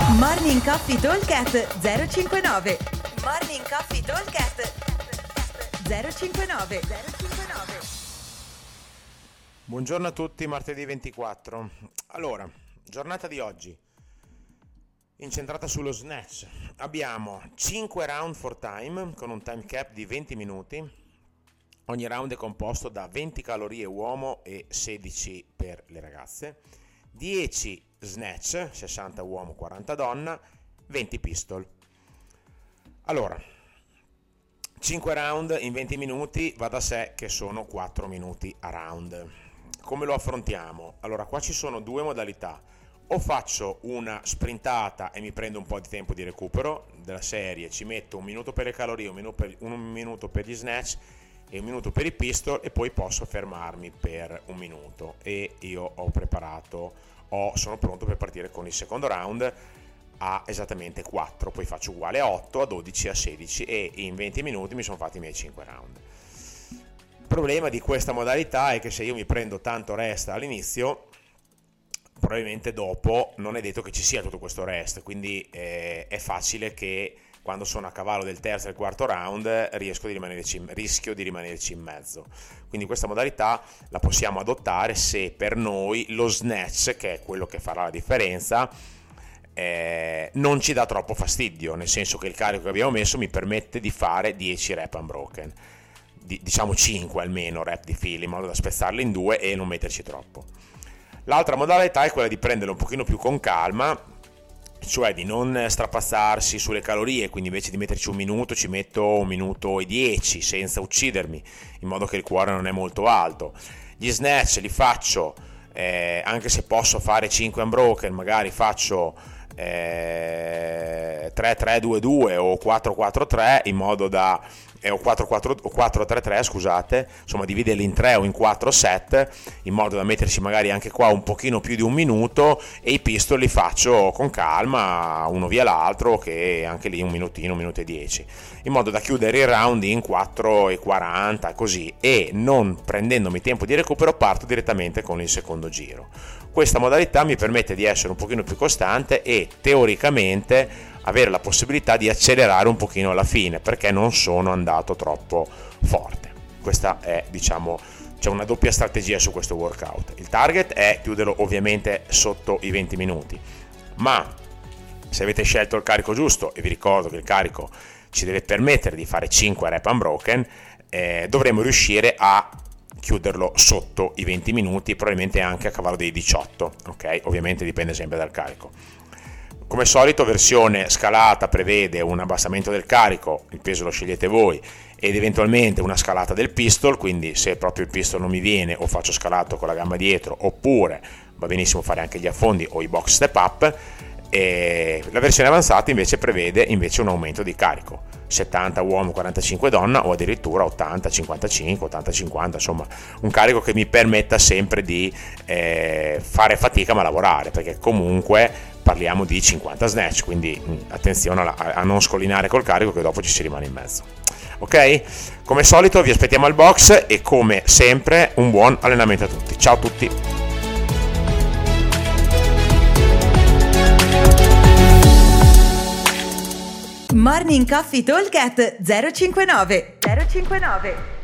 Morning Coffee Talkcast 059. Morning Coffee Talkcast 059. Buongiorno a tutti, martedì 24. Allora, giornata di oggi incentrata sullo snatch. Abbiamo 5 round for time con un time cap di 20 minuti. Ogni round è composto da 20 calorie uomo e 16 per le ragazze. 10 snatch, 60 uomo, 40 donna, 20 pistol. Allora, 5 round in 20 minuti, va da sé che sono 4 minuti a round. Come lo affrontiamo? Allora, qua ci sono due modalità. O faccio una sprintata e mi prendo un po' di tempo di recupero della serie, ci metto un minuto per le calorie, un minuto per gli snatch e un minuto per i pistol, e poi posso fermarmi per un minuto. E io sono pronto per partire con il secondo round a esattamente 4, poi faccio uguale a 8, a 12, a 16 e in 20 minuti mi sono fatti i miei 5 round. Il problema di questa modalità è che se io mi prendo tanto rest all'inizio, probabilmente dopo non è detto che ci sia tutto questo rest, quindi è facile che quando sono a cavallo del terzo e del quarto round rischio di rimanerci in mezzo. Quindi questa modalità la possiamo adottare se per noi lo snatch, che è quello che farà la differenza, non ci dà troppo fastidio, nel senso che il carico che abbiamo messo mi permette di fare 10 rep unbroken, diciamo 5 almeno rep di fila, in modo da spezzarli in due e non metterci troppo. L'altra modalità è quella di prenderlo un pochino più con calma, cioè di non strapazzarsi sulle calorie, quindi invece di metterci un minuto ci metto 1 minuto e 10 senza uccidermi, in modo che il cuore non è molto alto. Gli snatch li faccio, anche se posso fare 5 unbroken, magari faccio 3-3-2-2 o 4-4-3, in modo da o 4-3-3, scusate, insomma dividerli in 3 o in 4 set, in modo da metterci magari anche qua un pochino più di un minuto, e i pistol li faccio con calma, uno via l'altro, che anche lì un minuto e 10, in modo da chiudere il round in 4:40, così, e non prendendomi tempo di recupero parto direttamente con il secondo giro. Questa modalità mi permette di essere un pochino più costante e teoricamente avere la possibilità di accelerare un pochino alla fine, perché non sono andato troppo forte. Questa è, diciamo, c'è una doppia strategia su questo workout. Il target è chiuderlo ovviamente sotto i 20 minuti, ma se avete scelto il carico giusto, e vi ricordo che il carico ci deve permettere di fare 5 rep unbroken, dovremo riuscire a chiuderlo sotto i 20 minuti, probabilmente anche a cavallo dei 18, ok? Ovviamente dipende sempre dal carico. Come solito, versione scalata prevede un abbassamento del carico, il peso lo scegliete voi, ed eventualmente una scalata del pistol, quindi se proprio il pistol non mi viene o faccio scalato con la gamba dietro, oppure va benissimo fare anche gli affondi o i box step up. E la versione avanzata invece prevede un aumento di carico, 70 uomo, 45 donna, o addirittura 80, 55, 80, 50, insomma un carico che mi permetta sempre di fare fatica ma lavorare, perché comunque parliamo di 50 snatch, quindi attenzione a non scollinare col carico, che dopo ci si rimane in mezzo. Ok? Come solito vi aspettiamo al box, e come sempre un buon allenamento a tutti. Ciao a tutti! Morning Coffee Talkcast 059.